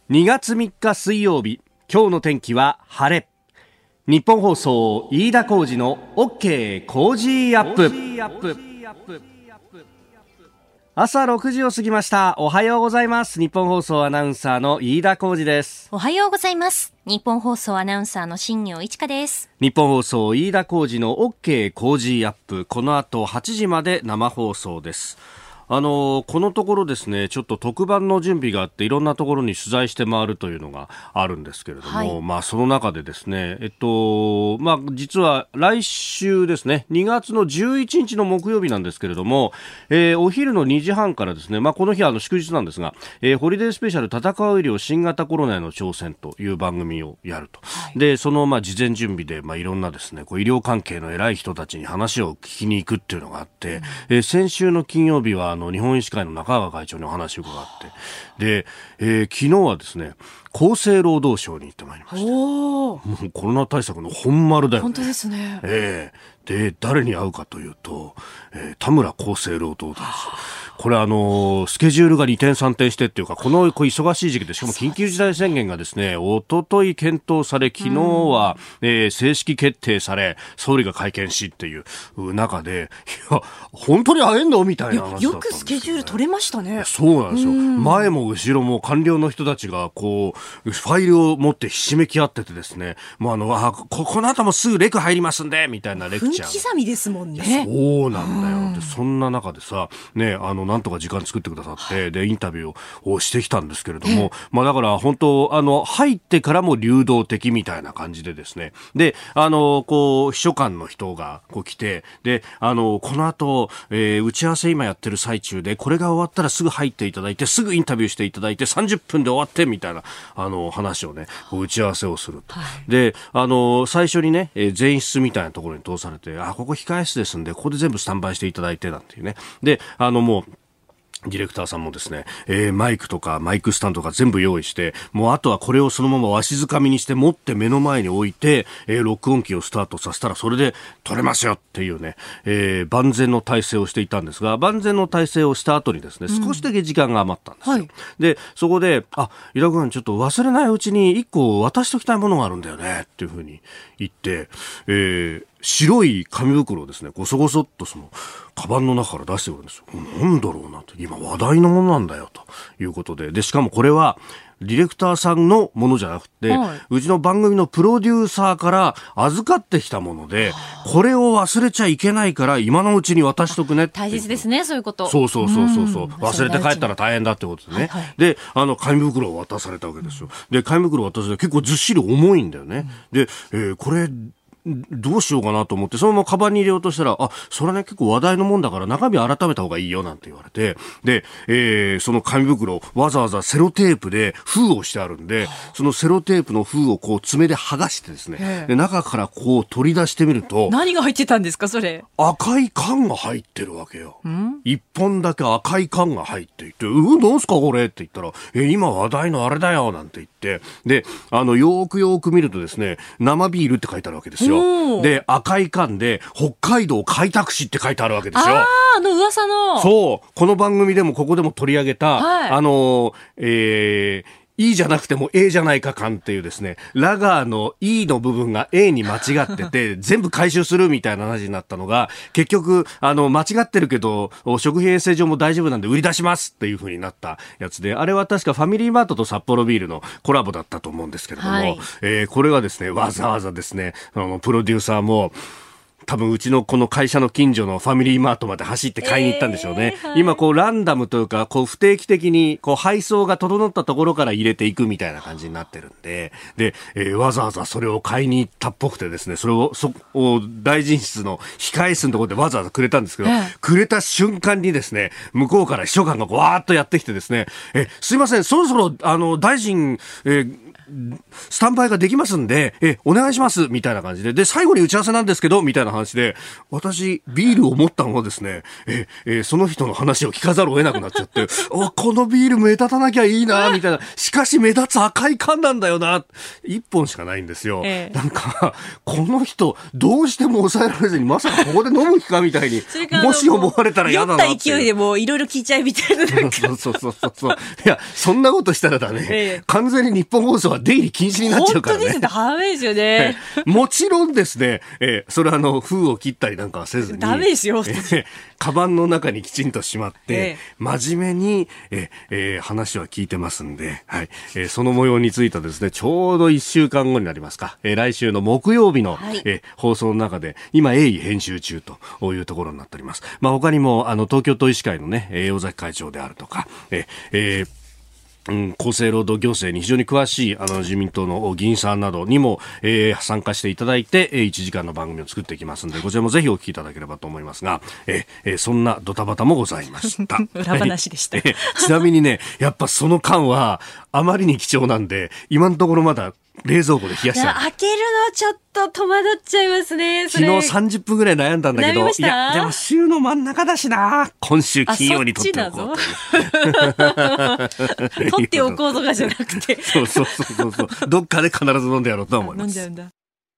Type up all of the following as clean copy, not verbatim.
2月3日水曜日、今日の天気は晴れ。日本放送飯田浩司の OK 工事アップ。朝6時を過ぎました。おはようございます。日本放送アナウンサーの飯田浩司です。 おはようございます。日本放送アナウンサーの新業一華です。 日本放送飯田浩司の OK 工事アップ、この後8時まで生放送です。このところですね、ちょっと特番の準備があっていろんなところに取材して回るというのがあるんですけれども、はい、その中でですね、実は来週ですね、2月の11日の木曜日なんですけれども、お昼の2時半からですね、この日は祝日なんですが、ホリデースペシャル戦う医療新型コロナへの挑戦という番組をやると、はい、でその事前準備でいろんなですね、医療関係の偉い人たちに話を聞きに行くっていうのがあって、先週の金曜日は日本医師会の中川会長にお話を伺って、で、昨日はですね、厚生労働省に行ってまいりました。もうコロナ対策の本丸だよね。 本当ですね。 で誰に会うかというと、田村厚生労働大臣。これスケジュールが2点3点してっていうか、この忙しい時期で、しかも緊急事態宣言がですね、おととい検討され、昨日は、正式決定され、総理が会見しっていう中で、いや本当に会えんのみたいな話だったんですよね。 よくスケジュール取れましたね。 そうなんですよ。前も後ろも官僚の人たちがファイルを持ってひしめき合っててですね、もうこの後もすぐレク入りますんでみたいなレクチャー。 分刻みですもんね。 そうなんだよ。でそんな中でさ、ね、なんとか時間作ってくださって、でインタビューをしてきたんですけれども、だから本当入ってからも流動的みたいな感じでですね、で秘書官の人が来て、でこの後、打ち合わせ今やってる最中で、これが終わったらすぐ入っていただいて、すぐインタビューしていただいて、30分で終わってみたいな話をね、打ち合わせをすると、はい、で最初にね、前室みたいなところに通されて、ここ控え室ですんで、ここで全部スタンバイしていただいてなんていうね、でもうディレクターさんもですね、マイクとかマイクスタンドとか全部用意して、もうあとはこれをそのままわしづかみにして持って目の前に置いて、録音機をスタートさせたらそれで撮れますよっていうね、万全の体制をしていたんですが、万全の体制をした後にですね、少しだけ時間が余ったんですよ、はい、でそこで井田君ちょっと忘れないうちに1個渡しときたいものがあるんだよねっていうふうに言って、白い紙袋をですね、ごそごそっとそのカバンの中から出してくるんですよ。なんだろうなと、今話題のものなんだよということで、しかもこれはディレクターさんのものじゃなくて、はい、うちの番組のプロデューサーから預かってきたもので、これを忘れちゃいけないから今のうちに渡しとくねって。 大切ですね、そういうこと。 そう忘れて帰ったら大変だってことでね、はいはい、で紙袋を渡されたわけですよ。で紙袋を渡されて結構ずっしり重いんだよね、で、これどうしようかなと思って、そのままカバンに入れようとしたら、それはね、結構話題のもんだから中身改めた方がいいよなんて言われて、で、その紙袋わざわざセロテープで封をしてあるんで、そのセロテープの封を爪で剥がしてですね、で中から取り出してみると、 何が入ってたんですかそれ。 赤い缶が入ってるわけよ。一本だけ赤い缶が入っていて、どうすかこれって言ったら、今話題のあれだよなんて言って、でよーく見るとですね、生ビールって書いてあるわけですよ。で赤い缶で北海道開拓市って書いてあるわけですよ。 噂の。 そうこの番組でもここでも取り上げた、はい、E じゃなくても A じゃないか感っていうですね、ラガーの E の部分が A に間違ってて全部回収するみたいな話になったのが、結局間違ってるけど食品衛生上も大丈夫なんで売り出しますっていう風になったやつで、あれは確かファミリーマートと札幌ビールのコラボだったと思うんですけれども、はい、これがですね、わざわざですね、プロデューサーも多分うちのこの会社の近所のファミリーマートまで走って買いに行ったんでしょうね、はい、今ランダムというか不定期的に配送が整ったところから入れていくみたいな感じになってるんで、わざわざそれを買いに行ったっぽくてですね、それを大臣室の控え室のところでわざわざくれたんですけど、くれた瞬間にですね、向こうから秘書官がわーっとやってきてですね、すいません、そろそろ大臣、スタンバイができますんで、お願いしますみたいな感じで、最後に打ち合わせなんですけどみたいな話で、私ビールを持ったままですね、その人の話を聞かざるを得なくなっちゃってこのビール目立たなきゃいいなみたいな、しかし目立つ赤い缶なんだよな、1本しかないんですよ、なんかこの人どうしても抑えられずにまさかここで飲む気かみたいにもし思われたら嫌だなって、 酔った勢いでもういろいろ聞いちゃいみたいな、 そういや、そんなことしたらだね、完全に日本放送は出入り禁止になっちゃうからね。 本当ですね、ダメですよね、 もちろんですね、それは封を切ったりなんかはせずにダメですよ、 カバンの中にきちんとしまって、真面目に、話は聞いてますんで、はい、その模様についてですね、ちょうど1週間後になりますか、来週の木曜日の、放送の中で今鋭意編集中というところになっております。他にも東京都医師会のね、尾崎会長であるとか、厚生労働行政に非常に詳しい自民党の議員さんなどにも、参加していただいて、1時間の番組を作っていきますので、こちらもぜひお聞きいただければと思いますが、そんなドタバタもございました裏話でした、 ちなみにね、やっぱその間はあまりに貴重なんで、今のところまだ冷蔵庫で冷やしてある。 開けるのちょっと戸惑っちゃいますね。 昨日30分ぐらい悩んだんだけど、いやでも週の真ん中だしな、今週金曜に撮っておこうと撮っておこうとかじゃなくてそうどっかで必ず飲んでやろうと思います。 飲んじゃうんだ。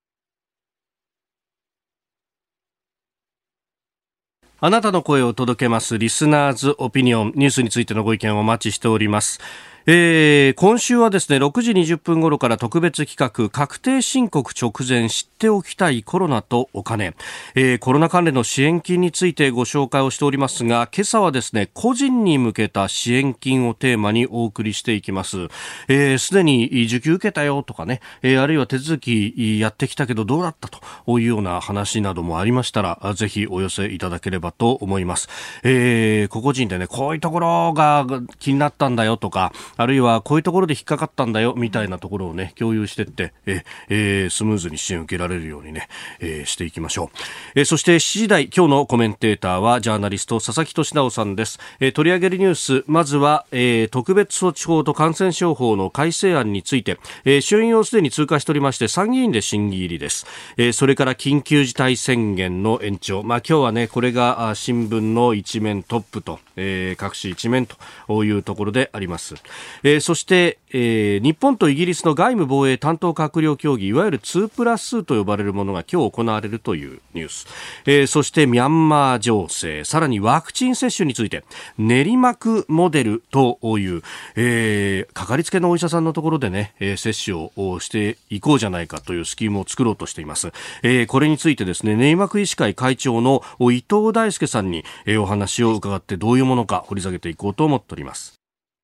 あなたの声を届けますリスナーズオピニオン、ニュースについてのご意見をお待ちしております。今週はですね、6時20分頃から特別企画、確定申告直前知っておきたいコロナとお金、コロナ関連の支援金についてご紹介をしておりますが、今朝はですね、個人に向けた支援金をテーマにお送りしていきます。すでに受給受けたよとかね、あるいは手続きやってきたけどどうだったというような話などもありましたら、ぜひお寄せいただければと思います。個々人でね、こういうところが気になったんだよとか、あるいはこういうところで引っかかったんだよみたいなところをね、共有していって、スムーズに支援を受けられるようにね、していきましょう。そして7時台、今日のコメンテーターはジャーナリスト佐々木俊直さんです。取り上げるニュース、まずは、特別措置法と感染症法の改正案について、衆院をすでに通過しておりまして参議院で審議入りです。それから緊急事態宣言の延長、今日はね、これが新聞の一面トップと、各紙一面というところであります。そして、日本とイギリスの外務防衛担当閣僚協議、いわゆる2+2と呼ばれるものが今日行われるというニュース、そしてミャンマー情勢、さらにワクチン接種について練馬区モデルという、かかりつけのお医者さんのところでね、接種をしていこうじゃないかというスキームを作ろうとしています。これについてですね、練馬区医師会会長の伊藤大輔さんに、お話を伺ってどういうものか掘り下げていこうと思っております。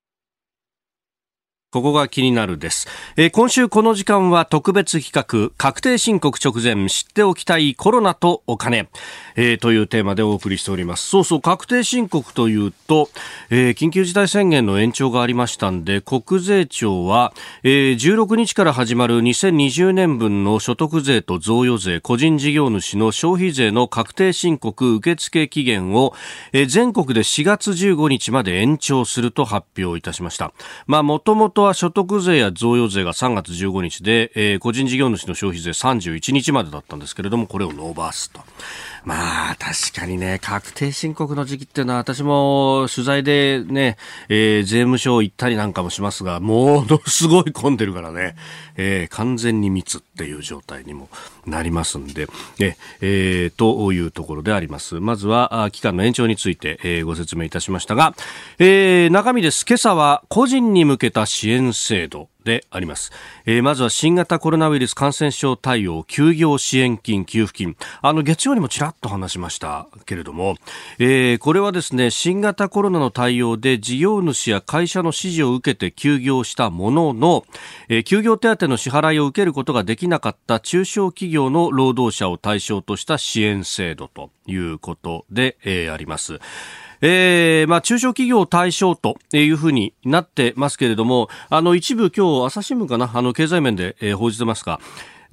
ここが気になるです。今週この時間は特別企画、確定申告直前知っておきたいコロナとお金、というテーマでお送りしております。そう確定申告というと、緊急事態宣言の延長がありましたんで、国税庁は、16日から始まる2020年分の所得税と贈与税、個人事業主の消費税の確定申告受付期限を、全国で4月15日まで延長すると発表いたしました。もともとは所得税や贈与税が3月15日で、個人事業主の消費税31日までだったんですけれども、これを伸ばすと。確かにね、確定申告の時期っていうのは私も取材でね、税務署行ったりなんかもしますが、ものすごい混んでるからね、完全に密っていう状態にもなりますんで、というところであります。まずは期間の延長について、ご説明いたしましたが、中身です。今朝は個人に向けた支援制度であります。まずは新型コロナウイルス感染症対応休業支援金給付金、月曜にもちらっと話しましたけれども、これはですね、新型コロナの対応で事業主や会社の指示を受けて休業したものの、休業手当の支払いを受けることができなかった中小企業の労働者を対象とした支援制度ということで、あります。中小企業対象というふうになってますけれども、一部今日朝日新聞かな、経済面で、報じてますが、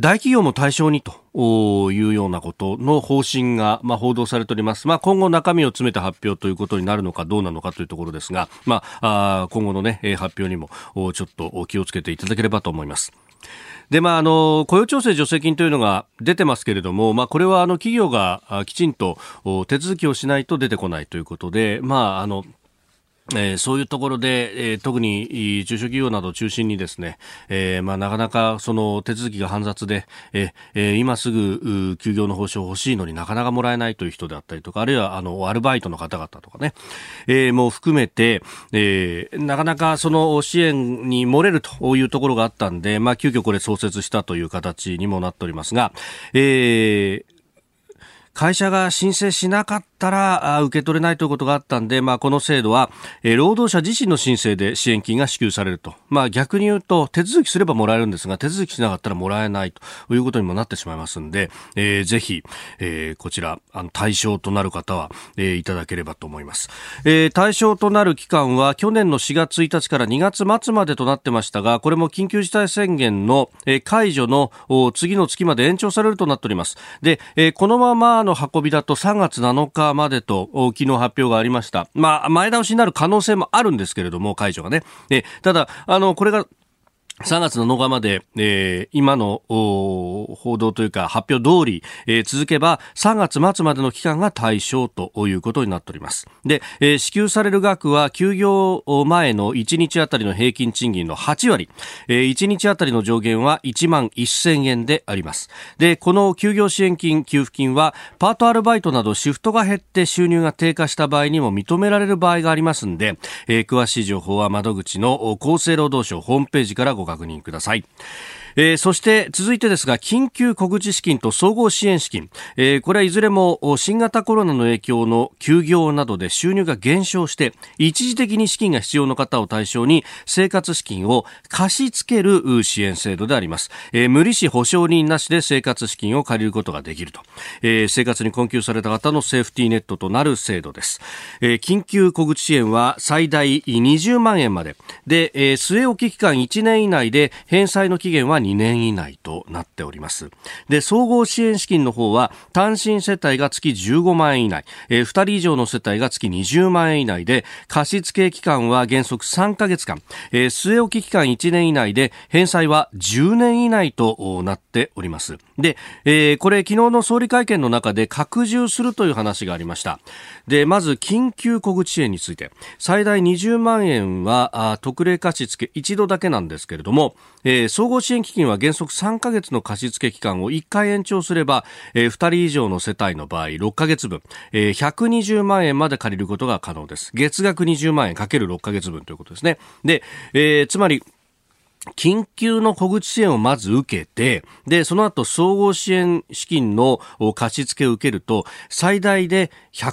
大企業も対象にというようなことの方針が、報道されております。今後中身を詰めた発表ということになるのかどうなのかというところですが、今後のね、発表にもちょっと気をつけていただければと思います。で、雇用調整助成金というのが出てますけれども、これは企業がきちんと手続きをしないと出てこないということで、そういうところで、特に中小企業などを中心にですね、なかなかその手続きが煩雑で、今すぐ休業の報酬欲しいのになかなかもらえないという人であったりとか、あるいはアルバイトの方々とかね、もう含めて、なかなかその支援に漏れるというところがあったんで、急遽これ創設したという形にもなっておりますが、会社が申請しなかったら受け取れないということがあったんで、この制度は、労働者自身の申請で支援金が支給されると。逆に言うと手続きすればもらえるんですが、手続きしなかったらもらえないということにもなってしまいますんで、ぜひ、こちら対象となる方は、いただければと思います。対象となる期間は去年の4月1日から2月末までとなってましたが、これも緊急事態宣言の解除の次の月まで延長されるとなっております。で、このままの運びだと3月7日までと昨日発表がありました。前倒しになる可能性もあるんですけれども、解除がね。ただこれが3月7日まで、今の報道というか発表通り、続けば3月末までの期間が対象ということになっております。で、支給される額は休業前の1日あたりの平均賃金の8割、1日あたりの上限は1万1000円であります。で、この休業支援金給付金はパートアルバイトなどシフトが減って収入が低下した場合にも認められる場合がありますので、詳しい情報は窓口の厚生労働省ホームページからご確認ください。そして続いてですが、緊急小口資金と総合支援資金、これはいずれも新型コロナの影響の休業などで収入が減少して一時的に資金が必要な方を対象に生活資金を貸し付ける支援制度であります。無利子保証人なしで生活資金を借りることができると、生活に困窮された方のセーフティーネットとなる制度です。緊急小口支援は最大20万円までで、据え置き期間1年以内で返済の期限は2年以内となっております。で、総合支援資金の方は単身世帯が月15万円以内、2人以上の世帯が月20万円以内で、貸付期間は原則3ヶ月間、据え置き期間1年以内で返済は10年以内となっております。で、これ昨日の総理会見の中で拡充するという話がありました。で、まず緊急小口支援について最大20万円は特例貸付一度だけなんですけれども、総合支援基金は原則3ヶ月の貸付期間を1回延長すれば、2人以上の世帯の場合6ヶ月分、120万円まで借りることが可能です。月額20万円かける6ヶ月分ということですね。で、つまり緊急の小口支援をまず受けて、で、その後総合支援資金の貸付を受けると最大で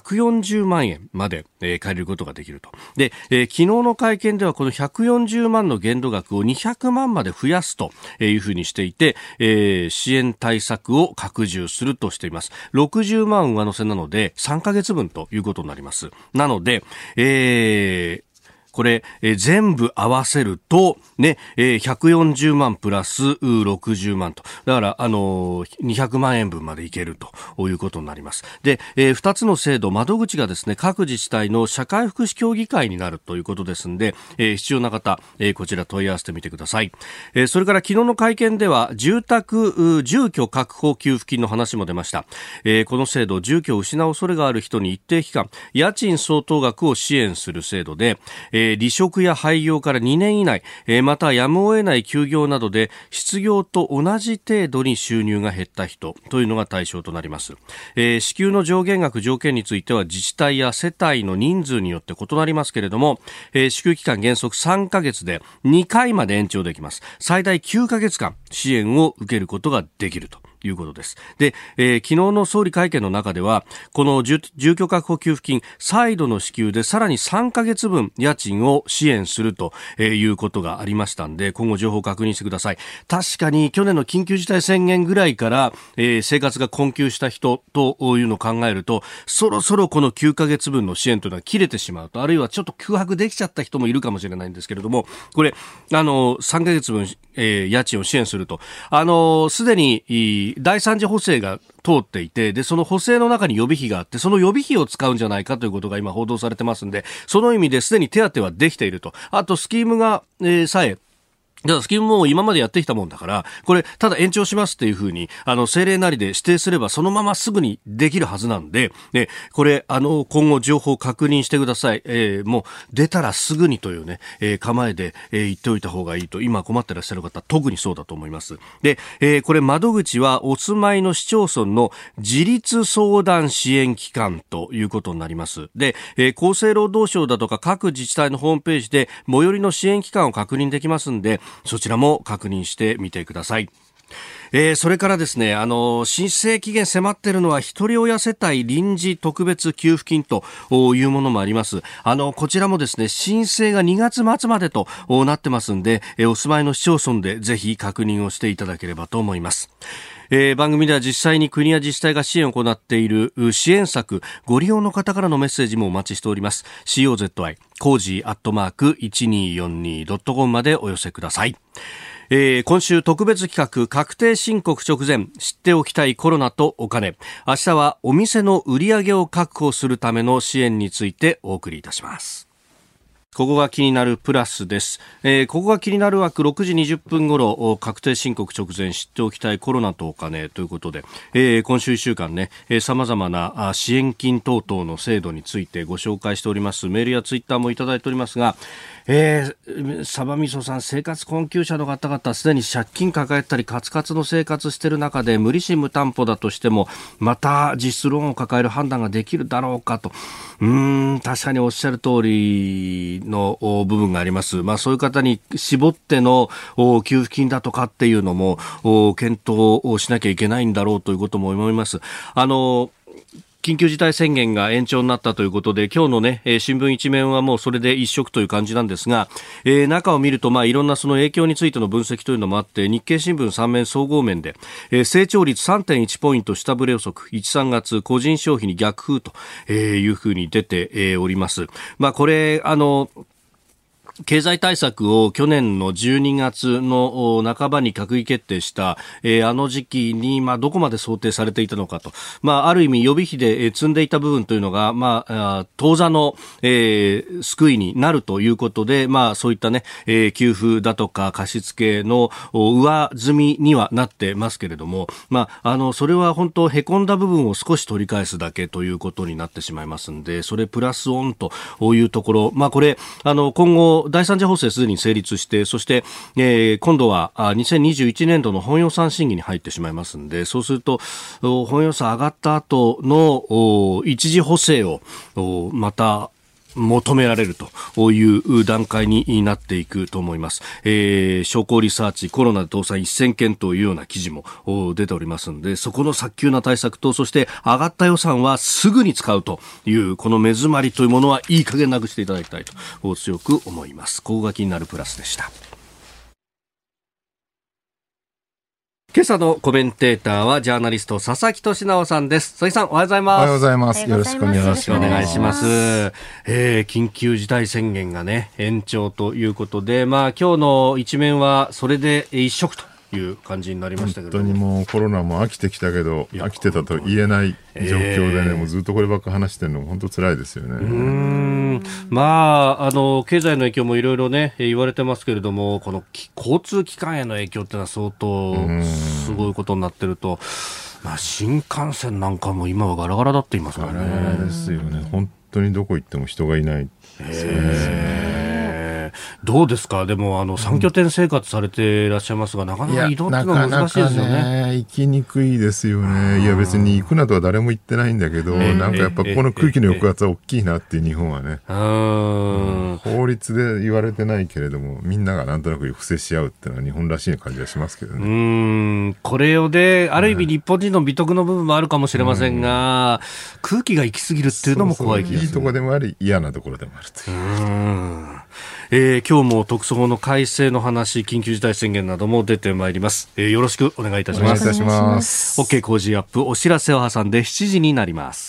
140万円まで借りることができると。で、昨日の会見ではこの140万の限度額を200万まで増やすというふうにしていて、支援対策を拡充するとしています。60万上乗せなので3ヶ月分ということになります。なので、これ、全部合わせるとね、140万プラス60万と、だから200万円分までいけるということになります。で、2つの制度、窓口がですね、各自治体の社会福祉協議会になるということですので、必要な方、こちら問い合わせてみてください。それから昨日の会見では住居確保給付金の話も出ました。この制度、住居を失う恐れがある人に一定期間家賃相当額を支援する制度で、離職や廃業から2年以内、またやむを得ない休業などで失業と同じ程度に収入が減った人というのが対象となります。支給の上限額条件については自治体や世帯の人数によって異なりますけれども、支給期間原則3ヶ月で2回まで延長できます。最大9ヶ月間支援を受けることができるということです。で、昨日の総理会見の中ではこの住居確保給付金再度の支給でさらに3ヶ月分家賃を支援するということがありましたんで、今後情報を確認してください。確かに去年の緊急事態宣言ぐらいから、生活が困窮した人というのを考えると、そろそろこの9ヶ月分の支援というのは切れてしまうと、あるいはちょっと空白できちゃった人もいるかもしれないんですけれども、これ3ヶ月分家賃を支援すると、すでに第三次補正が通っていて、でその補正の中に予備費があって、その予備費を使うんじゃないかということが今報道されてますんで、その意味ですでに手当はできていると。あとスキームが、さえだからスキームも今までやってきたもんだから、これただ延長しますっていうふうに政令なりで指定すればそのまますぐにできるはずなんで、これ今後情報を確認してください。もう出たらすぐにというね、構えで、言っておいた方がいいと、今困ってらっしゃる方特にそうだと思います。で、これ窓口はお住まいの市町村の自立相談支援機関ということになります。で、厚生労働省だとか各自治体のホームページで最寄りの支援機関を確認できますんで、そちらも確認してみてください。それからですね、申請期限迫っているのは一人親世帯臨時特別給付金というものもあります。こちらもですね、申請が2月末までとなってますんで、お住まいの市町村でぜひ確認をしていただければと思います。番組では実際に国や自治体が支援を行っている支援策、ご利用の方からのメッセージもお待ちしております。COZY コージー@1242.com までお寄せください。今週特別企画、確定申告直前知っておきたいコロナとお金。明日はお店の売り上げを確保するための支援についてお送りいたします。ここが気になるプラスです。ここが気になる枠6時20分頃、確定申告直前知っておきたいコロナとお金ということで、今週1週間ね、様々な支援金等々の制度についてご紹介しております。メールやツイッターもいただいておりますが、サバミソさん、生活困窮者の方々すでに借金抱えたりカツカツの生活している中で無利子無担保だとしてもまた実質ローンを抱える判断ができるだろうかと、確かにおっしゃる通りの部分があります。そういう方に絞っての給付金だとかっていうのも検討をしなきゃいけないんだろうということも思います。緊急事態宣言が延長になったということで、今日のね、新聞一面はもうそれで一色という感じなんですが、中を見るといろんなその影響についての分析というのもあって、日経新聞3面総合面で、成長率 3.1 ポイント下振れ予測、1、3月個人消費に逆風というふうに出ております。これ経済対策を去年の12月の半ばに閣議決定した時期にどこまで想定されていたのかと、ある意味予備費で積んでいた部分というのが当座の救いになるということで、そういったね給付だとか貸付の上積みにはなってますけれども、それは本当へこんだ部分を少し取り返すだけということになってしまいますんで、それプラスオンというところ、これ今後第三次補正すでに成立して、そして、今度は2021年度の本予算審議に入ってしまいますので、そうすると本予算上がった後の一次補正をまた求められるという段階になっていくと思います。商工リサーチコロナで倒産1000件というような記事も出ておりますので、そこの早急な対策と、そして上がった予算はすぐに使うというこの目詰まりというものはいい加減なくしていただきたいと強く思います。ここが気になるプラスでした。今朝のコメンテーターはジャーナリスト佐々木俊直さんです。佐々木さん、おはようございます。 おはようございます。よろしくお願いします。 緊急事態宣言がね延長ということで、今日の一面はそれで一色という感じになりましたけど、 本当にもうコロナも飽きてきたけど飽きてたと言えない状況でね、もうずっとこればっか話してるのも本当辛いですよね。 経済の影響もいろいろね言われてますけれども、この交通機関への影響っていうのは相当すごいことになってると、新幹線なんかも今はガラガラだって言いますからね。 ガラガラですよね。本当にどこ行っても人がいないですね。 どうですか。でも3拠点生活されていらっしゃいますが、なかなか移動っていうのは難しいですよね。 なかなか行きにくいですよね。いや別に行くなとは誰も言ってないんだけど、なんかやっぱここの空気の抑圧は大きいなっていう日本はね、法律で言われてないけれどもみんながなんとなく不正し合うっていうのは日本らしい感じがしますけどね。 これをである意味日本人の美徳の部分もあるかもしれませんが、空気が行き過ぎるっていうのも怖い気がする。 いいところでもあり嫌なところでもあるという。今日も特措法の改正の話、緊急事態宣言なども出てまいります。よろしくお願いいたします。 お願いいたします。 OK 工事アップ、お知らせを挟んで7時になります。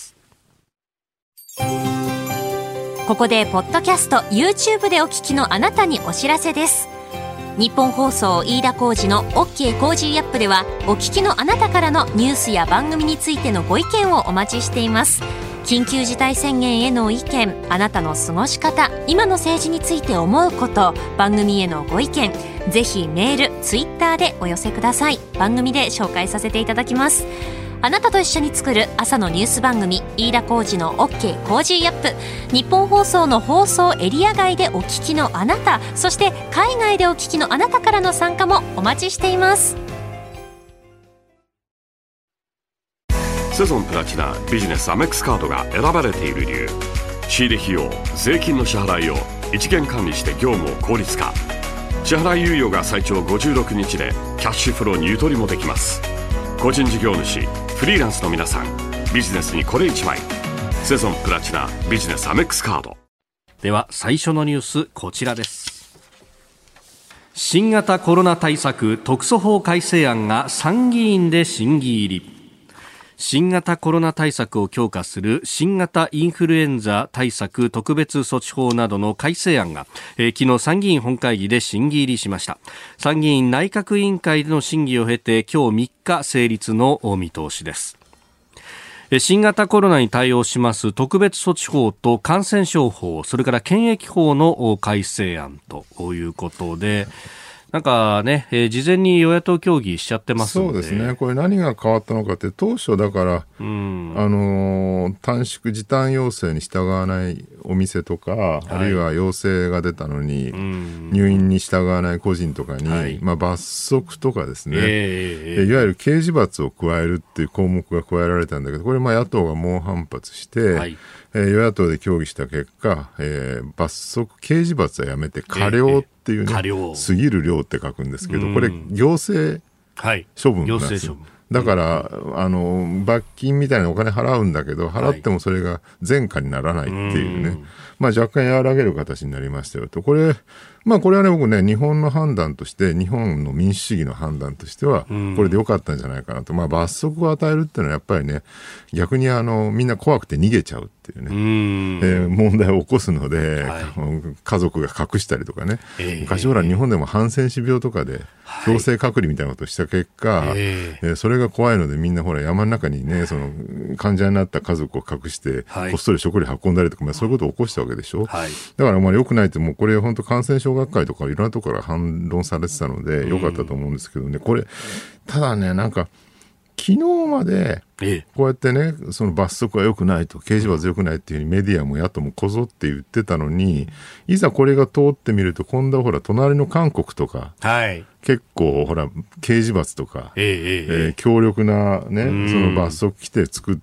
ここでポッドキャスト YouTube でお聞きのあなたにお知らせです。 日本放送飯田浩司の OK コージーアップでは、お聞きのあなたからのニュースや番組についてのご意見をお待ちしています。緊急事態宣言への意見、あなたの過ごし方、今の政治について思うこと、番組へのご意見、ぜひメール、ツイッターでお寄せください。番組で紹介させていただきます。あなたと一緒に作る朝のニュース番組、飯田浩司の OK コージーアップ。日本放送の放送エリア外でお聞きのあなた、そして海外でお聞きのあなたからの参加もお待ちしています。 セゾンプラチナビジネスアメックスカードが選ばれている理由。仕入れ費用、税金の支払いを一元管理して業務を効率化。支払い猶予が最長56日でキャッシュフローにゆとりもできます。個人事業主、フリーランスの皆さん、ビジネスにこれ一枚。セゾンプラチナビジネスアメックスカード。 では最初のニュース、こちらです。新型コロナ対策特措法改正案が参議院で審議入り。新型コロナ対策を強化する新型インフルエンザ対策特別措置法などの改正案が、昨日参議院本会議で審議入りしました。参議院内閣委員会での審議を経て今日3日成立の見通しです。新型コロナに対応します特別措置法と感染症法、それから検疫法の改正案ということで、なんかね、事前に与野党協議しちゃってますので。 そうですね。これ何が変わったのかって、当初だから、短縮時短要請に従わないお店とか、はい、あるいは要請が出たのに、入院に従わない個人とかに、はい、罰則とかですね、いわゆる刑事罰を加えるっていう項目が加えられたんだけど、これ野党が猛反発して、はい、与野党で協議した結果、罰則、刑事罰はやめて過料っていうね、過ぎる量って書くんですけど、これ行政処分なんです。だから、罰金みたいなお金払うんだけど、払ってもそれが前科にならないっていうね、若干和らげる形になりましたよと。これはね、僕ね、日本の判断として、日本の民主主義の判断としては、これで良かったんじゃないかなと。罰則を与えるっていうのはやっぱりね、逆にみんな怖くて逃げちゃうっていうね、問題を起こすので、はい、家族が隠したりとかね、昔ほら日本でもハンセン氏病とかで強制隔離みたいなことをした結果、それが怖いのでみんなほら山の中にね、その患者になった家族を隠して、こっそり食料運んだりとか、そういうことを起こしたわけでしょ。はい、だから良くないって、もうこれ本当感染症学会とかいろんなところから反論されてたので良かったと思うんですけどね、これただね、なんか昨日までこうやってね、その罰則は良くないと、刑事罰良くないっていうふうにメディアも野党もこぞって言ってたのに、いざこれが通ってみると、今度はほら隣の韓国とか、はい、結構ほら刑事罰とか、強力なね、その罰則規定作って、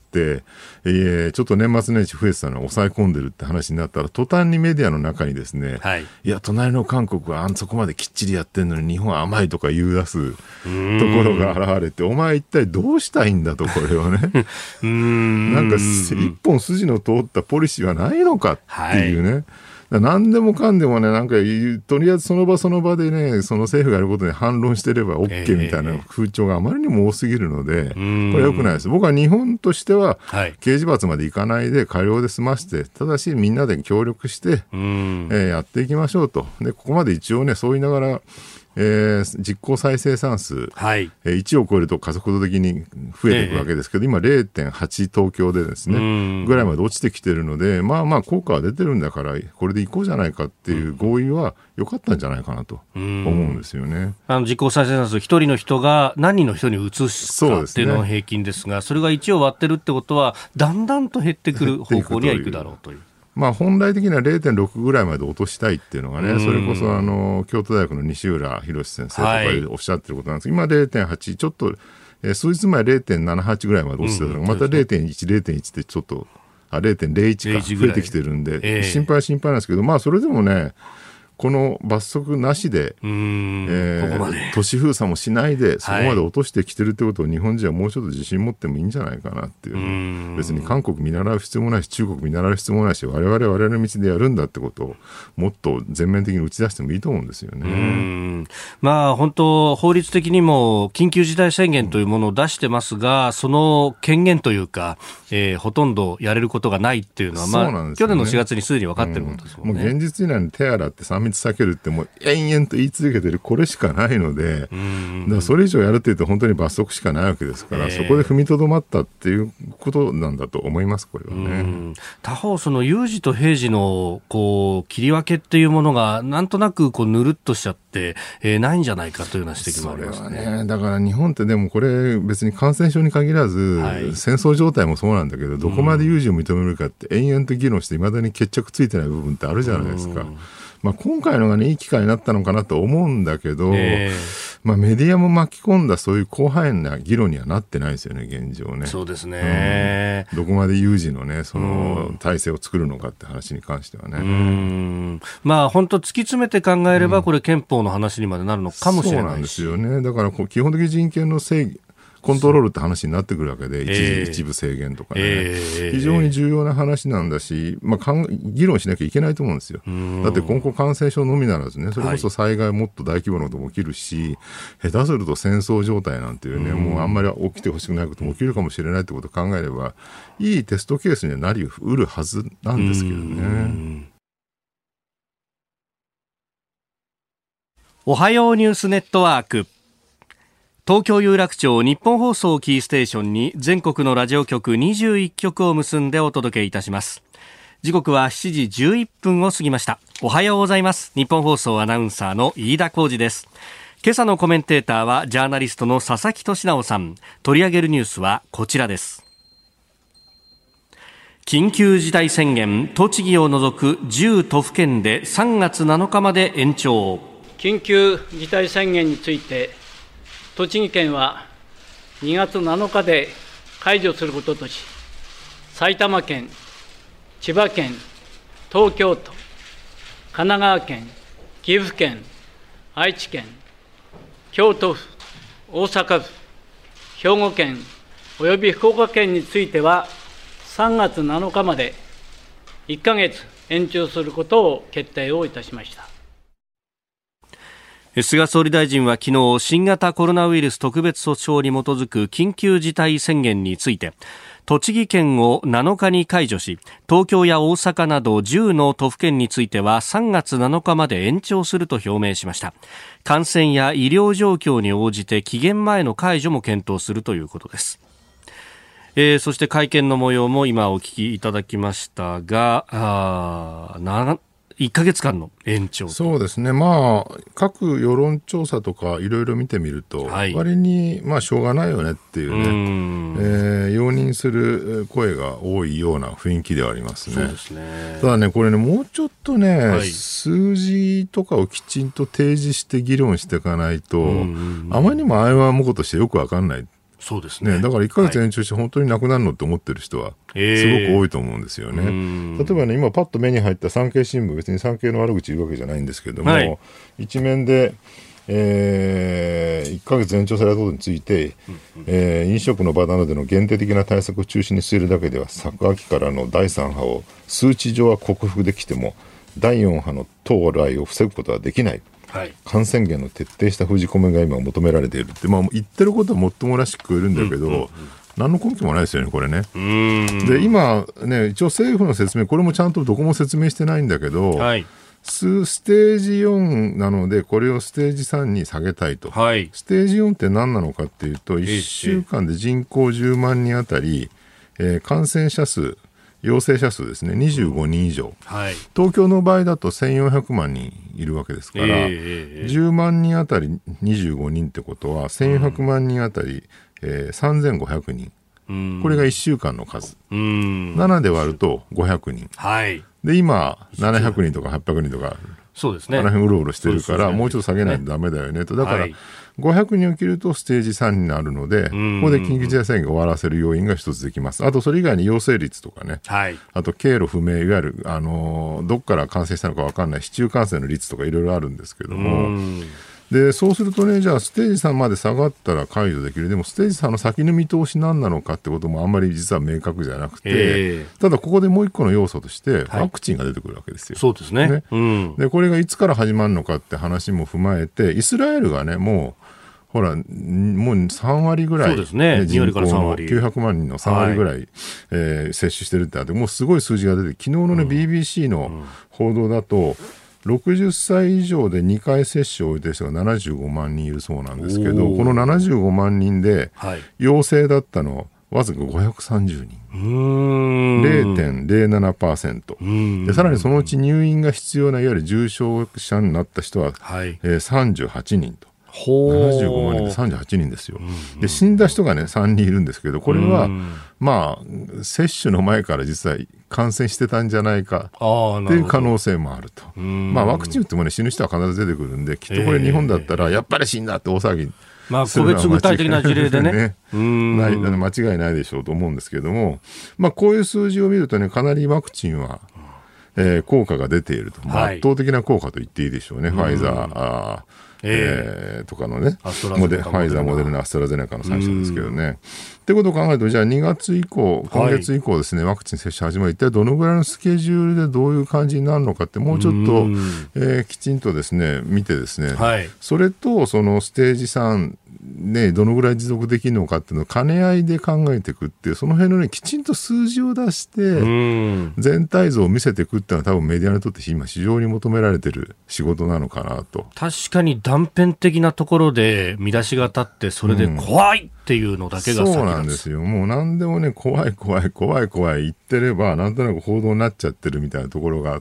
ちょっと年末年始増えてたのを抑え込んでるって話になったら、途端にメディアの中にですね、はい、いや隣の韓国はそこまできっちりやってんのに日本は甘いとか言い出すところが現れて、お前一体どうしたいんだと、これはねなんか一本筋の通ったポリシーはないのかっていうね、はい、何でもかんでもね、なんかとりあえずその場その場でね、その政府がやることに反論してれば OK みたいな風潮があまりにも多すぎるので、これは良くないです。僕は日本としては、刑事罰までいかないで過料で済まして、ただしみんなで協力して、やっていきましょうと。でここまで一応ね、そう言いながら実効再生産数、はい、1を超えると加速度的に増えていくわけですけど、今 0.8 東京でですねぐらいまで落ちてきてるので、効果は出てるんだからこれでいこうじゃないかっていう合意は良かったんじゃないかなと思うんですよね。 実効再生産数、1人の人が何人の人に移すかっていうのが平均ですが、それが1を割ってるってことはだんだんと減ってくる方向にはいくだろうという。 本来的には 0.6 ぐらいまで落としたいっていうのがね、それこそ京都大学の西浦博先生とかでおっしゃってることなんですけど、今 0.8 ちょっと、数日前 0.78 ぐらいまで落ちてたのが、また 0.1 ってちょっと0.01 か増えてきてるんで、心配なんですけど、それでもね、この罰則なしで、都市封鎖もしないでそこまで落としてきてるってことを日本人はもうちょっと自信持ってもいいんじゃないかなっていう、別に韓国見習う必要もないし中国見習う必要もないし、我々の道でやるんだってことをもっと全面的に打ち出してもいいと思うんですよね。 本当法律的にも緊急事態宣言というものを出してますが、その権限というか、ほとんどやれることがないっていうのは、去年の4月にすでに分かってることですもんね。 もう現実には手洗って3 密避けるってもう延々と言い続けてるこれしかないので、だからそれ以上やるって言うと本当に罰則しかないわけですから、そこで踏みとどまったっていうことなんだと思います、これはね。 他方、その有事と平時のこう切り分けっていうものがなんとなくこうぬるっとしちゃって、ないんじゃないかというような指摘もありますね。 それはね、だから日本ってでもこれ別に感染症に限らず、戦争状態もそうなんだけど、どこまで有事を認めるかって延々と議論していまだに決着ついてない部分ってあるじゃないですか。今回のがね、いい機会になったのかなと思うんだけど、メディアも巻き込んだそういう広範囲な議論にはなってないですよね、現状ね。 そうですね。 どこまで有事のね、その体制を作るのかって話に関してはね。 本当突き詰めて考えれば、これ憲法の話にまでなるのかもしれないし。 そうなんですよね。だから基本的人権の正義、コントロールって話になってくるわけで、一部制限とかね、非常に重要な話なんだし、議論しなきゃいけないと思うんですよ。だって今後感染症のみならずね、それこそ災害もっと大規模なことも起きるし、下手すると戦争状態なんていうね、もうあんまり起きてほしくないことも起きるかもしれないってことを考えれば、いいテストケースにはなりうるはずなんですけどね。 おはようニュースネットワーク、東京有楽町日本放送キーステーションに全国のラジオ局21局を結んでお届けいたします。時刻は7時11分を過ぎました。おはようございます。日本放送アナウンサーの飯田浩司です。今朝のコメンテーターはジャーナリストの佐々木俊直さん。取り上げるニュースはこちらです。緊急事態宣言、栃木を除く10都府県で3月7日まで延長。 緊急事態宣言について栃木県は2月7日で解除することとし、埼玉県、千葉県、東京都、神奈川県、岐阜県、愛知県、京都府、大阪府、兵庫県および福岡県については3月7日まで1ヶ月延長することを決定をいたしました。 菅総理大臣は昨日、新型コロナウイルス特別措置法に基づく緊急事態宣言について、栃木県を7日に解除し、東京や大阪など10の都府県については3月7日まで延長すると表明しました。感染や医療状況に応じて期限前の解除も検討するということです。そして会見の模様も今お聞きいただきましたが、1ヶ月間の延長。 そうですね。各世論調査とかいろいろ見てみると、割にしょうがないよねっていうね、容認する声が多いような雰囲気ではありますね。 そうですね。 ただね、これね、もうちょっとね、数字とかをきちんと提示して議論していかないと、あまりにもあいわむことしてよくわかんない。 そうですね。 だから1ヶ月延長して本当になくなるのって思ってる人はすごく多いと思うんですよね。例えばね、今パッと目に入った産経新聞、別に産経の悪口言うわけじゃないんですけども、一面で、1ヶ月延長されたことについて、飲食の場などでの限定的な対策を中心に据えるだけでは昨秋からの第3波を数値上は克服できても第4波の到来を防ぐことはできない。感染源の徹底した封じ込めが今求められているって、言ってることはもっともらしく言えるんだけど、何の根拠もないですよね、これね。で、今ね、一応政府の説明、これもちゃんとどこも説明してないんだけど、ステージ4なのでこれをステージ3に下げたいと、ステージ4って何なのかっていうと、1週間で人口10万人あたり、感染者数陽性者数ですね、25人以上、東京の場合だと1400万人いるわけですから、10万人あたり25人ってことは1400万人あたり、3500人、これが1週間の数、7で割ると500人、で今700人とか800人とか、 そうですね、 あの辺うろうろしてるから、もうちょっと下げないとダメだよねと。だから500人を切るとステージ3になるので、ここで緊急事態宣言を終わらせる要因が一つできます。あとそれ以外に陽性率とかね、あと経路不明、いわゆるどっから感染したのか分かんない市中感染の率とかいろいろあるんですけども、でそうするとね、じゃあステージ3まで下がったら解除できる。でもステージ3の先の見通し何なのかってこともあんまり実は明確じゃなくて、ただここでもう一個の要素としてワクチンが出てくるわけですよ。 そうですね。 でこれがいつから始まるのかって話も踏まえて、イスラエルがね、もう3割ぐらい、人口の900万人の3割ぐらい、接種してるってあって、もうすごい数字が出て、昨日のね、BBC の報道だと 60歳以上で2回接種を終えている人が75万人いるそうなんですけど、この75万人で陽性だったのはわずか530人。0.07%。でさらにそのうち入院が必要ないわゆる重症者になった人は、38人と。75万人で38人ですよ。で死んだ人がね3人いるんですけど、これはまあ接種の前から実際感染してたんじゃないかっていう可能性もあると。まあワクチン打ってもね死ぬ人は必ず出てくるんで、きっとこれ日本だったらやっぱり死んだって大騒ぎ、 まあ個別具体的な事例でね間違いないでしょうと思うんですけども、まあこういう数字を見るとね、かなりワクチンは効果が出ていると、圧倒的な効果と言っていいでしょうね。ファイザーとかのね、ファイザー、モデルナ、アストラゼネカの3社ですけどね。ってことを考えると、じゃあ2月以降、今月以降ですね、ワクチン接種始まり、一体どのぐらいのスケジュールでどういう感じになるのかって、もうちょっと、きちんとですね、見てですね、それとそのステージ3、ね、どのぐらい持続できるのかっていうのを兼ね合いで考えていくっていう、その辺のね、きちんと数字を出して全体像を見せていくっていうのは多分メディアにとって今非常に求められている仕事なのかなと。 確かに断片的なところで見出しが立って、それで怖いっていうのだけが先立つ。 そうなんですよ。もう何でもね、怖い言ってればなんとなく報道になっちゃってるみたいなところがあって、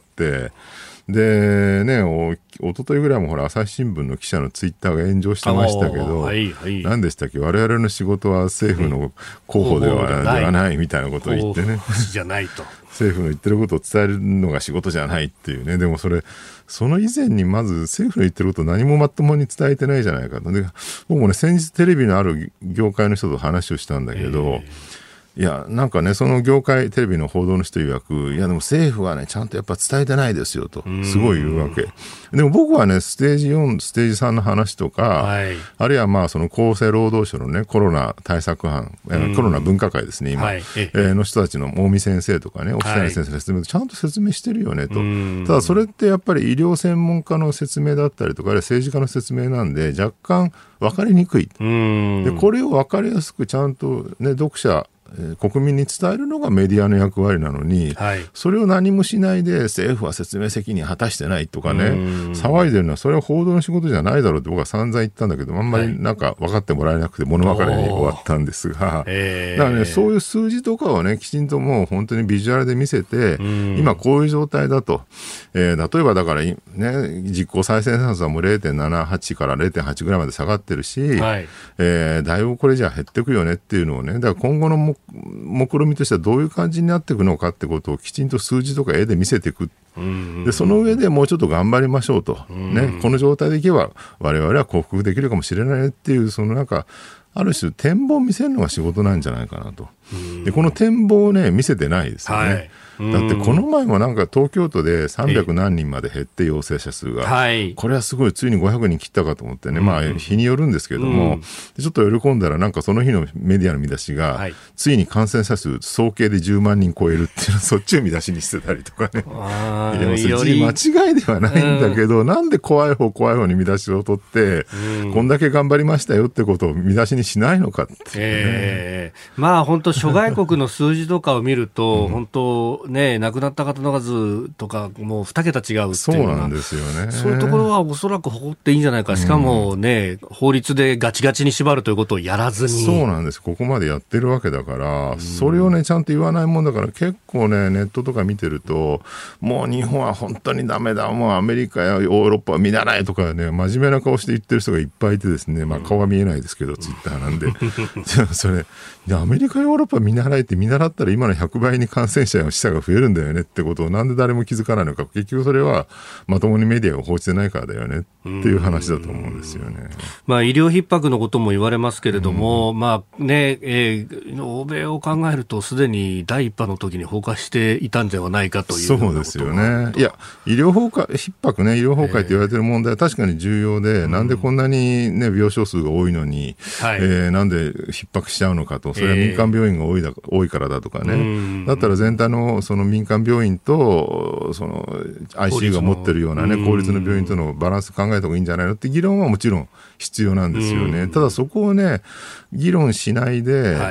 でね、おとといぐらいもほら朝日新聞の記者のツイッターが炎上してましたけど、何でしたっけ、我々の仕事は政府の広報ではないみたいなことを言ってね、 じゃないと政府の言ってることを伝えるのが仕事じゃないっていうね。でもその以前にまず政府の言ってることを何もまともに伝えてないじゃないかと。で僕もね、先日テレビのある業界の人と話をしたんだけど、いやなんかね、その業界テレビの報道の人曰く、いやでも政府はねちゃんとやっぱ伝えてないですよとすごい言うわけ。でも僕はねステージ4ステージ3の話とか、あるいはまあその厚生労働省のねコロナ対策班、コロナ分科会ですね今、の人たちの大見先生とかね、沖谷先生の説明ちゃんと説明してるよねと。ただそれってやっぱり医療専門家の説明だったりとか、あるいは政治家の説明なんで若干分かりにくい。でこれを分かりやすくちゃんとね読者国民に伝えるのがメディアの役割なのに、それを何もしないで政府は説明責任果たしてないとかね騒いでるのは、それは報道の仕事じゃないだろうって僕は散々言ったんだけど、あんまりなんか分かってもらえなくて物別れに終わったんですが、だからねそういう数字とかをねきちんともう本当にビジュアルで見せて、今こういう状態だと、例えばだからね実効再生産数はもう 0.78 から 0.8 ぐらいまで下がってるし、だいぶこれじゃ減ってくよねっていうのをね、だから今後の目論見としてはどういう感じになっていくのかってことをきちんと数字とか絵で見せていく。でその上でもうちょっと頑張りましょうと、ね、この状態でいけば我々は克服できるかもしれないっていう、そのなんかある種展望を見せるのが仕事なんじゃないかなと。でこの展望をね見せてないですよね。だってこの前もなんか東京都で300何人まで減って陽性者数が、これはすごいついに500人切ったかと思ってね、まあ日によるんですけども、ちょっと喜んだらなんかその日のメディアの見出しが、ついに感染者数総計で10万人超えるっていうのをそっちを見出しにしてたりとかね。いやそれ間違いではないんだけど、なんで怖い方に見出しを取って、こんだけ頑張りましたよってことを見出しにしないのかっていうね。 まあ本当諸外国の数字とかを見ると、本当ね、亡くなった方の数とかもう2桁違うっていうのは、 そうなんですよね。 そういうところはおそらく誇っていいんじゃないか。しかもね、法律でガチガチに縛るということをやらずに。 そうなんです。ここまでやってるわけだから、それをねちゃんと言わないもんだから、結構ねネットとか見てると、もう日本は本当にダメだ、もうアメリカやヨーロッパは見習えとかね、真面目な顔して言ってる人がいっぱいいてですね、まあ顔は見えないですけど、ツイッターなんでじゃあそれアメリカヨーロッパ見習えって見習ったら今の100倍に感染者や死者が増えるんだよねってことをなんで誰も気づかないのか。結局それはまともにメディアが報じてないからだよねっていう話だと思うんですよね。 まあ、医療逼迫のことも言われますけれども、まあね欧米を考えるとすでに第1波の時に崩壊していたんではないかという。 そうですよね。いや医療逼迫ね、医療崩壊って言われてる問題は確かに重要で、なんでこんなに、ね、病床数が多いのに、なんで逼迫しちゃうのかと。それは民間病院が多いからだとかね、だったら全体のその民間病院とその ICU が持ってるような、ね、公立の病院とのバランス考えた方がいいんじゃないのって議論はもちろん必要なんですよね。ただそこをね議論しないで、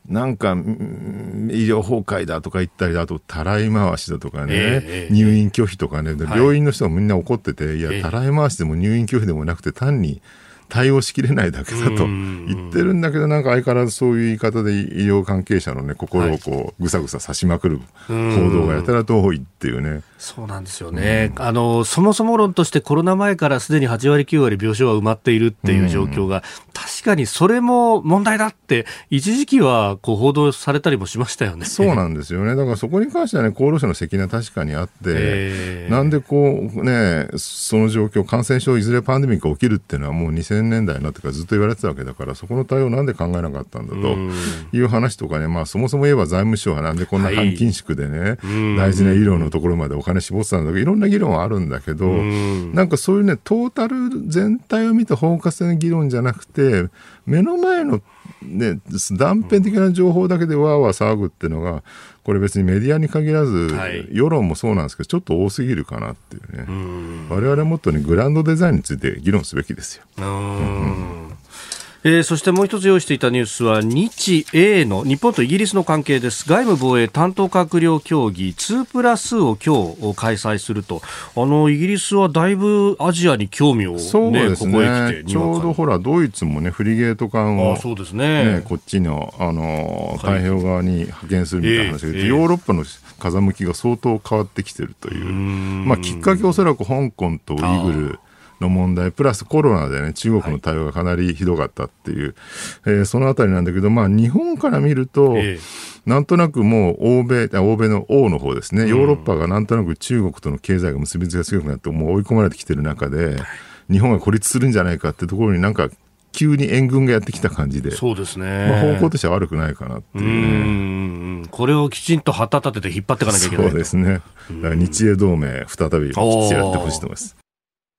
なんか医療崩壊だとか言ったりだとたらい回しだとかね、入院拒否とかね、病院の人がみんな怒ってて、いやたらい回しでも入院拒否でもなくて単に対応しきれないだけだと言ってるんだけど、なんか相変わらずそういう言い方で医療関係者のね心をこうぐさぐさ刺しまくる報道がやたらと多いっていうね。 そうなんですよね、そもそも論としてコロナ前からすでに8割9割病床は埋まっているっていう状況が、確かにそれも問題だって一時期はこう報道されたりもしましたよね。 そうなんですよね。だからそこに関してはね、厚労省の責任は確かにあって、なんでこうね、その状況、感染症いずれパンデミックが起きるっていうのはもう2000年代になってからずっと言われてたわけだから、そこの対応をなんで考えなかったんだという話とかね、まあそもそも言えば財務省はなんでこんな半緊縮でね、大事な医療のところまでお金絞ってたんだけど、いろんな議論はあるんだけど、なんかそういうね、トータル全体を見た包括的な議論じゃなくて、目の前のね、断片的な情報だけでわーわー騒ぐっていうのが、これ別にメディアに限らず、世論もそうなんですけど、ちょっと多すぎるかなっていうね。我々はもっとね、グランドデザインについて議論すべきですよ。 そしてもう一つ用意していたニュースは日英の日本とイギリスの関係です。外務防衛担当閣僚協議2+を今日開催すると。イギリスはだいぶアジアに興味を、ね、 そうですね、 ここへ来てちょうどほらドイツもねフリゲート艦を、 そうですね、 こっちの、太平洋側に派遣するみたいな話が言って、ヨーロッパの風向きが相当変わってきてるという、まあ、きっかけはおそらく香港とウイグルの問題プラスコロナでね中国の対応がかなりひどかったっていう、そのあたりなんだけど、まあ、日本から見ると、なんとなくもう欧米の欧の方ですね、ヨーロッパがなんとなく中国との経済が結びつきが強くなってもう追い込まれてきてる中で、日本が孤立するんじゃないかってところになんか急に援軍がやってきた感じで、 そうですね、 まあ、方向としては悪くないかなっていうね。これをきちんと旗立てて引っ張っていかなきゃいけない。 そうですね。だから日英同盟再びきっちりやってほしいと思います。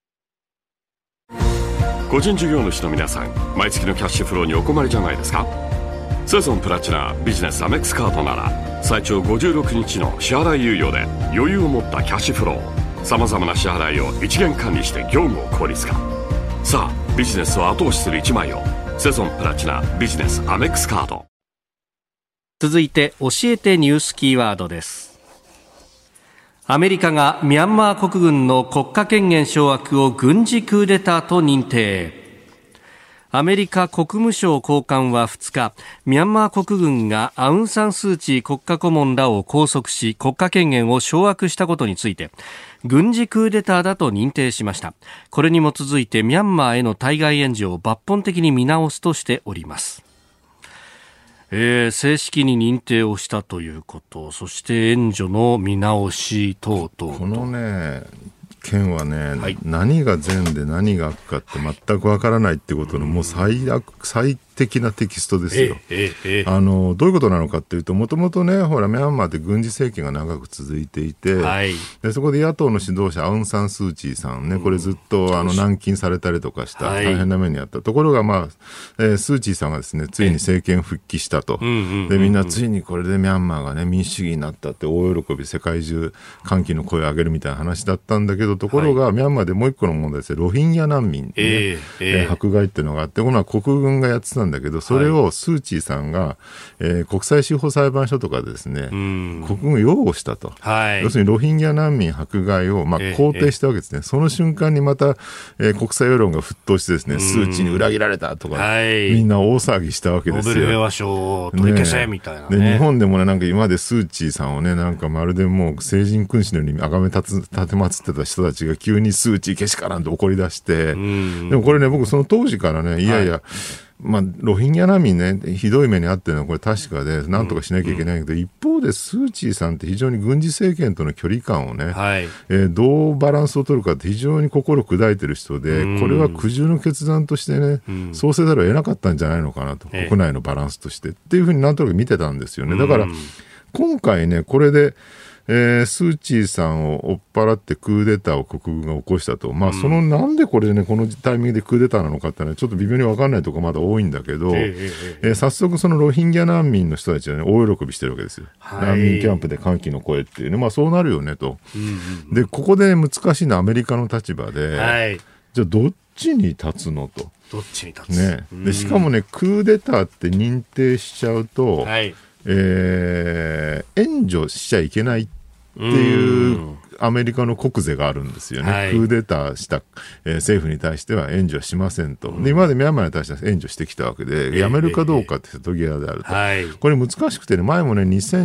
個人事業主の皆さん、毎月のキャッシュフローにお困りじゃないですか。セゾンプラチナビジネスアメックスカードなら最長56日の支払い猶予で余裕を持ったキャッシュフロー、さまざまな支払いを一元管理して業務を効率化。さあビジネスを後押しする一枚を、セゾンプラチナビジネスアメックスカード。 続いて教えてニュースキーワードです。アメリカがミャンマー国軍の国家権限掌握を軍事クーデターと認定。アメリカ国務省高官は2日、ミャンマー国軍がアウン・サン・スー・チー国家顧問らを拘束し国家権限を掌握したことについて軍事クーデターだと認定しました。これに基づいてミャンマーへの対外援助を抜本的に見直すとしております。正式に認定をしたということ、そして援助の見直し等々。 このね件はね、何が善で何が悪かって全くわからないってことのもう最適なテキストですよ。どういうことなのかっていうと、もともとねほらミャンマーって軍事政権が長く続いていて、でそこで野党の指導者アウン・サン・スー・チーさんね、これずっと軟禁されたりとかした大変な目にあったところが、まあスー・チーさんがですねついに政権復帰したと、でみんなついにこれでミャンマーがね民主主義になったって大喜び、世界中歓喜の声を上げるみたいな話だったんだけど、ところが、ミャンマーでもう一個の問題ですね、ロヒンギャ難民、迫害っていうのがあって、この国軍がやってたんだけど、それをスー・チーさんが、国際司法裁判所とかでですね、国軍を擁護したと、要するにロヒンギャ難民迫害を、肯定したわけですね。その瞬間にまた、国際世論が沸騰してですね、スー・チーに裏切られたとか、みんな大騒ぎしたわけですよ。 ノーベル平和賞を取り消せみたいな、 で日本でもね、なんか今までスー・チーさんをね、なんかまるでもう聖人君子のように崇め立てまつってた人たちが急にスー・チーけしからんと怒り出して、でもこれね、僕その当時からね、いやいや、ロヒンギャ難民ね、ひどい目に遭ってるのはこれ確かで、なんとかしなきゃいけないけど、一方でスー・チーさんって非常に軍事政権との距離感をね、どうバランスを取るかって非常に心砕いてる人で、これは苦渋の決断としてね、そうせざるを得なかったんじゃないのかなと、国内のバランスとしてっていうふうになんとなく見てたんですよね。だから今回ね、これでスー・チーさんを追っ払ってクーデターを国軍が起こしたと、そのなんでこれね、このタイミングでクーデターなのかってのはちょっと微妙に分かんないところまだ多いんだけど、早速そのロヒンギャ難民の人たちはね、大喜びしてるわけですよ。難民キャンプで歓喜の声っていうね、そうなるよねと。で、ここで難しいのはアメリカの立場で、じゃあどっちに立つのと。 どっちに立つ、 ね、でしかもね、クーデターって認定しちゃうと、 はい、 援助しちゃいけないっていうアメリカの国是があるんですよね、はい、クーデターした、政府に対しては援助はしませんと、で今までミャンマーに対しては援助してきたわけで、やめるかどうかって瀬戸際であると、はい、これ難しくてね、前もね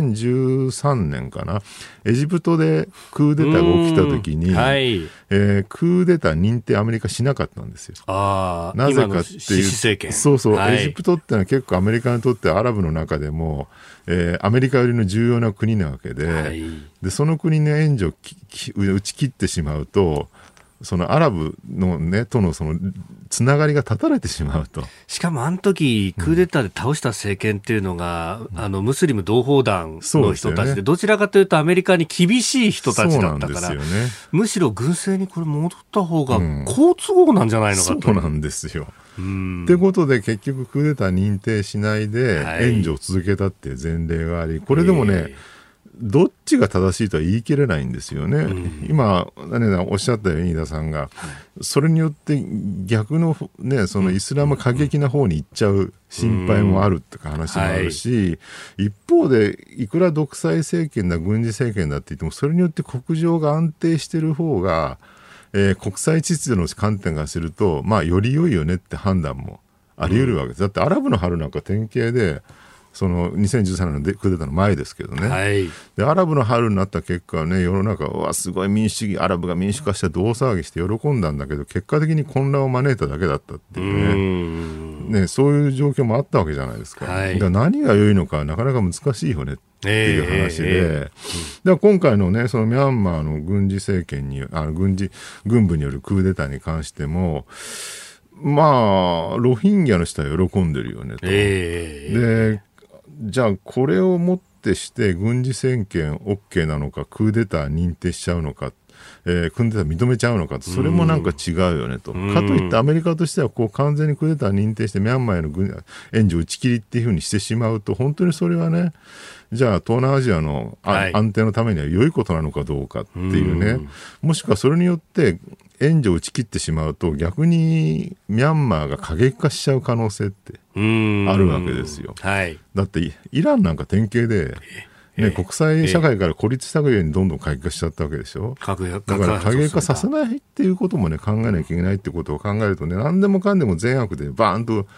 2013年かな、エジプトでクーデターが起きた時に、はい、クーデター認定アメリカしなかったんですよ。なぜかっていう、そうそう、はい、エジプトってのは結構アメリカにとってアラブの中でもアメリカよりの重要な国なわけで、はい、でその国の援助を打ち切ってしまうと、そのアラブの、ね、とのそのつながりが断たれてしまうと。 しかもあの時クーデターで倒した政権っていうのが、ムスリム同胞団の人たちで、どちらかというとアメリカに厳しい人たちだったから、ね、むしろ軍政にこれ戻った方が好都合なんじゃないのかと。 そうなんですよ。ってことで結局クーデター認定しないで援助を続けたっていう前例があり、これでもね、どっちが正しいとは言い切れないんですよね、今、おっしゃったように飯田さんが、それによって逆の、ね、そのイスラム過激な方に行っちゃう心配もあるって話もあるし、一方でいくら独裁政権だ軍事政権だって言っても、それによって国情が安定してる方が、国際秩序の観点からすると、まあ、より良いよねって判断もあり得るわけです。だってアラブの春なんか典型で、その2013年のクーデターの前ですけどね、はい、でアラブの春になった結果はね、世の中はすごい民主主義、アラブが民主化して大騒ぎして喜んだんだけど、結果的に混乱を招いただけだったっていうね、そういう状況もあったわけじゃないですか、はい、だから何が良いのかなかなか難しいよねっていう話で、だから今回のね、そのミャンマーの軍事政権に軍部によるクーデターに関しても、まあロヒンギャの人は喜んでるよねと、でじゃあこれをもってして軍事政権 OK なのか、クーデター認定しちゃうのか、クーデター認めちゃうのかと、それもなんか違うよねと。かといってアメリカとしてはこう完全にクーデター認定してミャンマーへの援助打ち切りっていうふうにしてしまうと、本当にそれはね、じゃあ東南アジアの安定のためには良いことなのかどうかっていうね、もしくはそれによって援助を打ち切ってしまうと逆にミャンマーが過激化しちゃう可能性ってあるわけですよ、はい、だってイランなんか典型で、ね、国際社会から孤立した上にどんどん過激化しちゃったわけでしょ。だから過激化させないっていうこともね、考えなきゃいけないってことを考えるとね、何でもかんでも善悪でバーンと、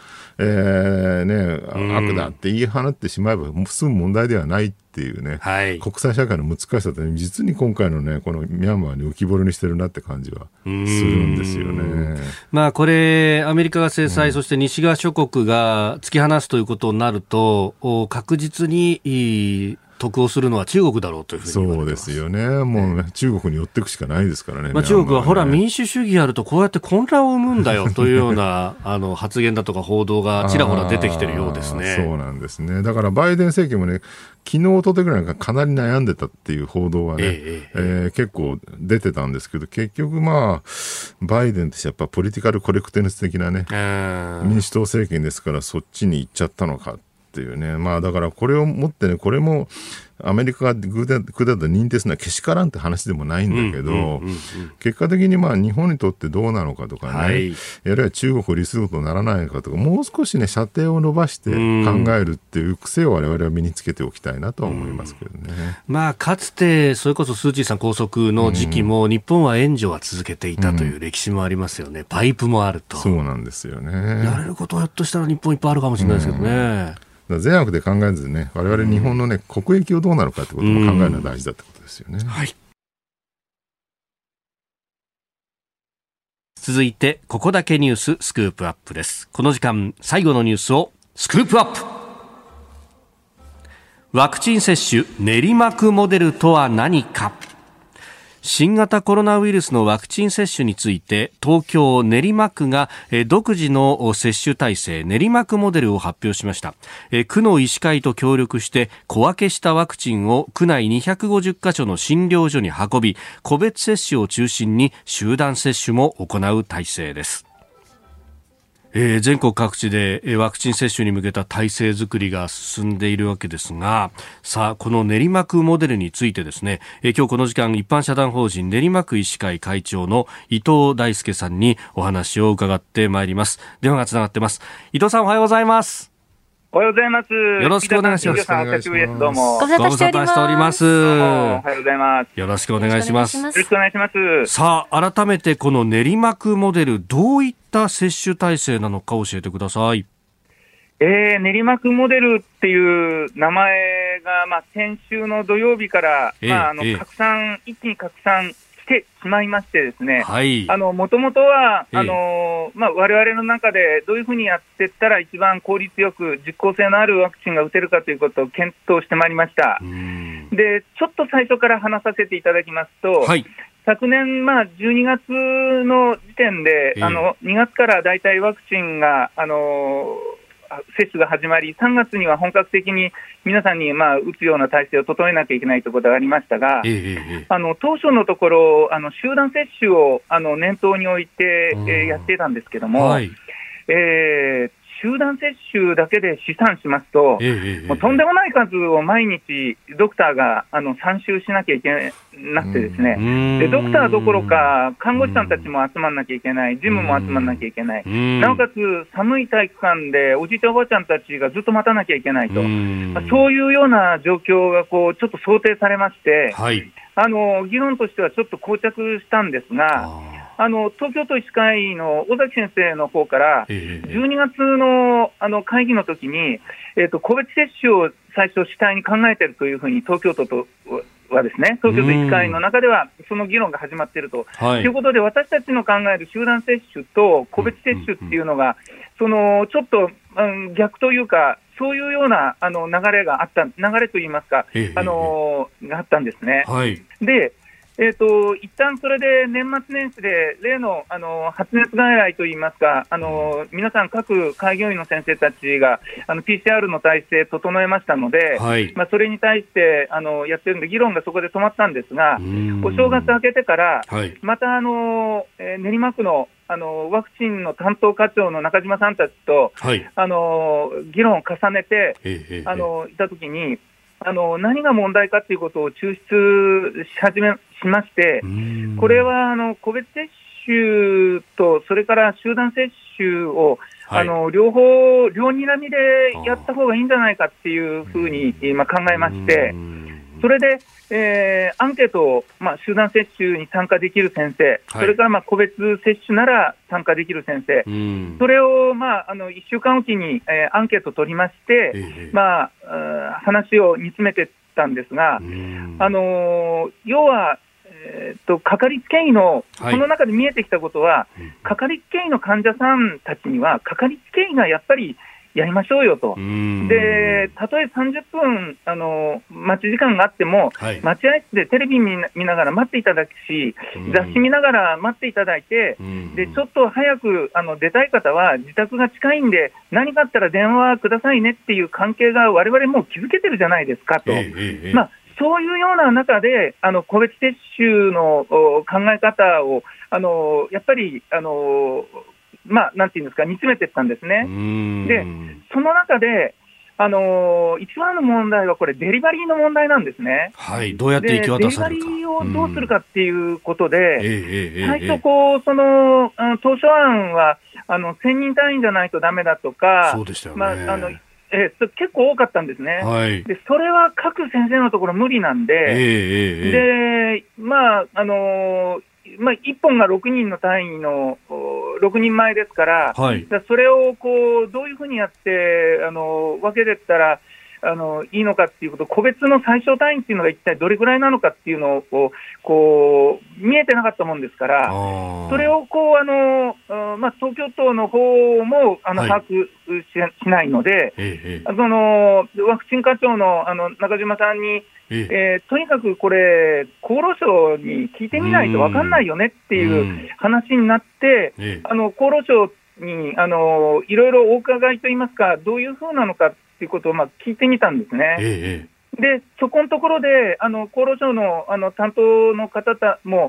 悪だって言い放ってしまえば済む問題ではないっていうね、はい、国際社会の難しさって、ね、実に今回のねこのミャンマーに浮き彫りにしてるなって感じはするんですよね。 まあこれアメリカが制裁、そして西側諸国が突き放すということになると、確実に得をするのは中国だろうというふうに言われてます。 そうですよね。もうね、中国に寄っていくしかないですからね。 まあ、中国はほら民主主義やるとこうやって混乱を生むんだよというような発言だとか報道がちらほら出てきてるようですね。 そうなんですね。だからバイデン政権もね、昨日おとといぐらいかなり悩んでたっていう報道はね、結構出てたんですけど、結局まあバイデンとしてやっぱポリティカルコレクテネス的なね、民主党政権ですからそっちに行っちゃったのかっていうね。まあだからこれをもってね、これもアメリカがクーデター認定するのはけしからんって話でもないんだけど、結果的にまあ日本にとってどうなのかとかね、はい、あるいは中国を利することにならないのかとか、もう少しね射程を伸ばして考えるっていう癖を我々は身につけておきたいなとは思いますけどね。 まあかつてそれこそスー・チーさん拘束の時期も日本は援助は続けていたという歴史もありますよね。パイプもあると。 そうなんですよね。 やれることはひょっとしたら日本いっぱいあるかもしれないですけどね。 善悪で考えずね、我々日本のね、国益をどうなるかってことも考えるのは大事だってことですよね。はい。 続いてここだけニューススクープアップです。この時間最後のニュースをスクープアップ。ワクチン接種練馬区モデルとは何か。新型コロナウイルスのワクチン接種について東京練馬区が独自の接種体制練馬区モデルを発表しました。区の医師会と協力して小分けしたワクチンを区内250カ所の診療所に運び、個別接種を中心に集団接種も行う体制です。 全国各地でワクチン接種に向けた体制づくりが進んでいるわけですが、さあこの練馬区モデルについてですね、今日この時間一般社団法人練馬区医師会会長の伊藤大輔さんにお話を伺ってまいります。電話がつながってます。伊藤さん、おはようございます。 おはようございます。 よろしくお願いします。 どうもご無沙汰しております。 おはようございます。 よろしくお願いします。 よろしくお願いします。 さあ改めてこの練馬区モデル、どういった接種体制なのか教えてください。 練馬区モデルっていう名前が、先週の土曜日から、一気に拡散してしまいましてですね、もともとは、我々の中でどういうふうにやっていったら一番効率よく実効性のあるワクチンが打てるかということを検討してまいりました。で、ちょっと最初から話させていただきますと、昨年、12月の時点で、2月からだいたいワクチンが、接種が始まり、3月には本格的に皆さんに打つような体制を整えなきゃいけないということがありましたが、当初のところ、集団接種を念頭に置いて、やっていたんですけども、集団接種だけで試算しますと、もうとんでもない数を毎日ドクターが参集しなきゃいけなくてですね、でドクターどころか看護師さんたちも集まんなきゃいけない、事務も集まんなきゃいけない、なおかつ寒い体育館でおじいちゃんおばあちゃんたちがずっと待たなきゃいけないと、そういうような状況がちょっと想定されまして、議論としてはちょっと膠着したんですが、東京都医師会の尾崎先生の方から、12月の会議の時に、個別接種を最初主体に考えているというふうに東京都とはですね、東京都医師会の中ではその議論が始まっていると、いうことで、私たちの考える集団接種と個別接種っていうのが、ちょっと、逆というか、そういうような流れがあった、流れといいますか、があったんですね。で一旦それで年末年始で例の発熱外来といいますか、皆さん各開業医の先生たちがPCR の体制整えましたので、それに対してやってるんで議論がそこで止まったんですが、お正月明けてから、また練馬区のワクチンの担当課長の中島さんたちと、議論を重ねていたときに、何が問題かということを抽出しまして、これは個別接種とそれから集団接種を、両方両にらみでやった方がいいんじゃないかっていうふうに今考えまして、それで、アンケートを、集団接種に参加できる先生、それから個別接種なら参加できる先生、それを、1週間おきに、アンケートを取りまして、話を煮詰めていったんですが、要は、かかりつけ医の、その中で見えてきたことは、かかりつけ医の患者さんたちには、かかりつけ医がやっぱりやりましょうよと。で、たとえ30分待ち時間があっても、待合室でテレビ見ながら待っていただくし、雑誌見ながら待っていただいて、でちょっと早く出たい方は自宅が近いんで、何かあったら電話くださいねっていう関係が我々もう築けてるじゃないですかと。そういうような中で、個別接種の考え方を、やっぱり、なんていうんですか、煮詰めていったんですね。で、その中で、一番の問題はこれ、デリバリーの問題なんですね。 どうやって行き渡されるか。 デリバリーをどうするかっていうことで、最初当初案は、1000人単位じゃないとダメだとか、 そうでしたよね。 結構多かったんですね。でそれは各先生のところ無理なんで、で、1本が6人の単位の6人前ですから、それをどういうふうにやって分けていったらいいのかっていうこと、個別の最小単位っていうのが一体どれぐらいなのかっていうのを見えてなかったもんですから、それを東京都の方も把握しないので、ワクチン課長の中島さんに、とにかくこれ、厚労省に聞いてみないと分かんないよねっていう話になって、厚労省にいろいろお伺いといいますか、どういうふうなのかっていうことを聞いてみたんですね。で、そこのところで厚労省の担当の方も、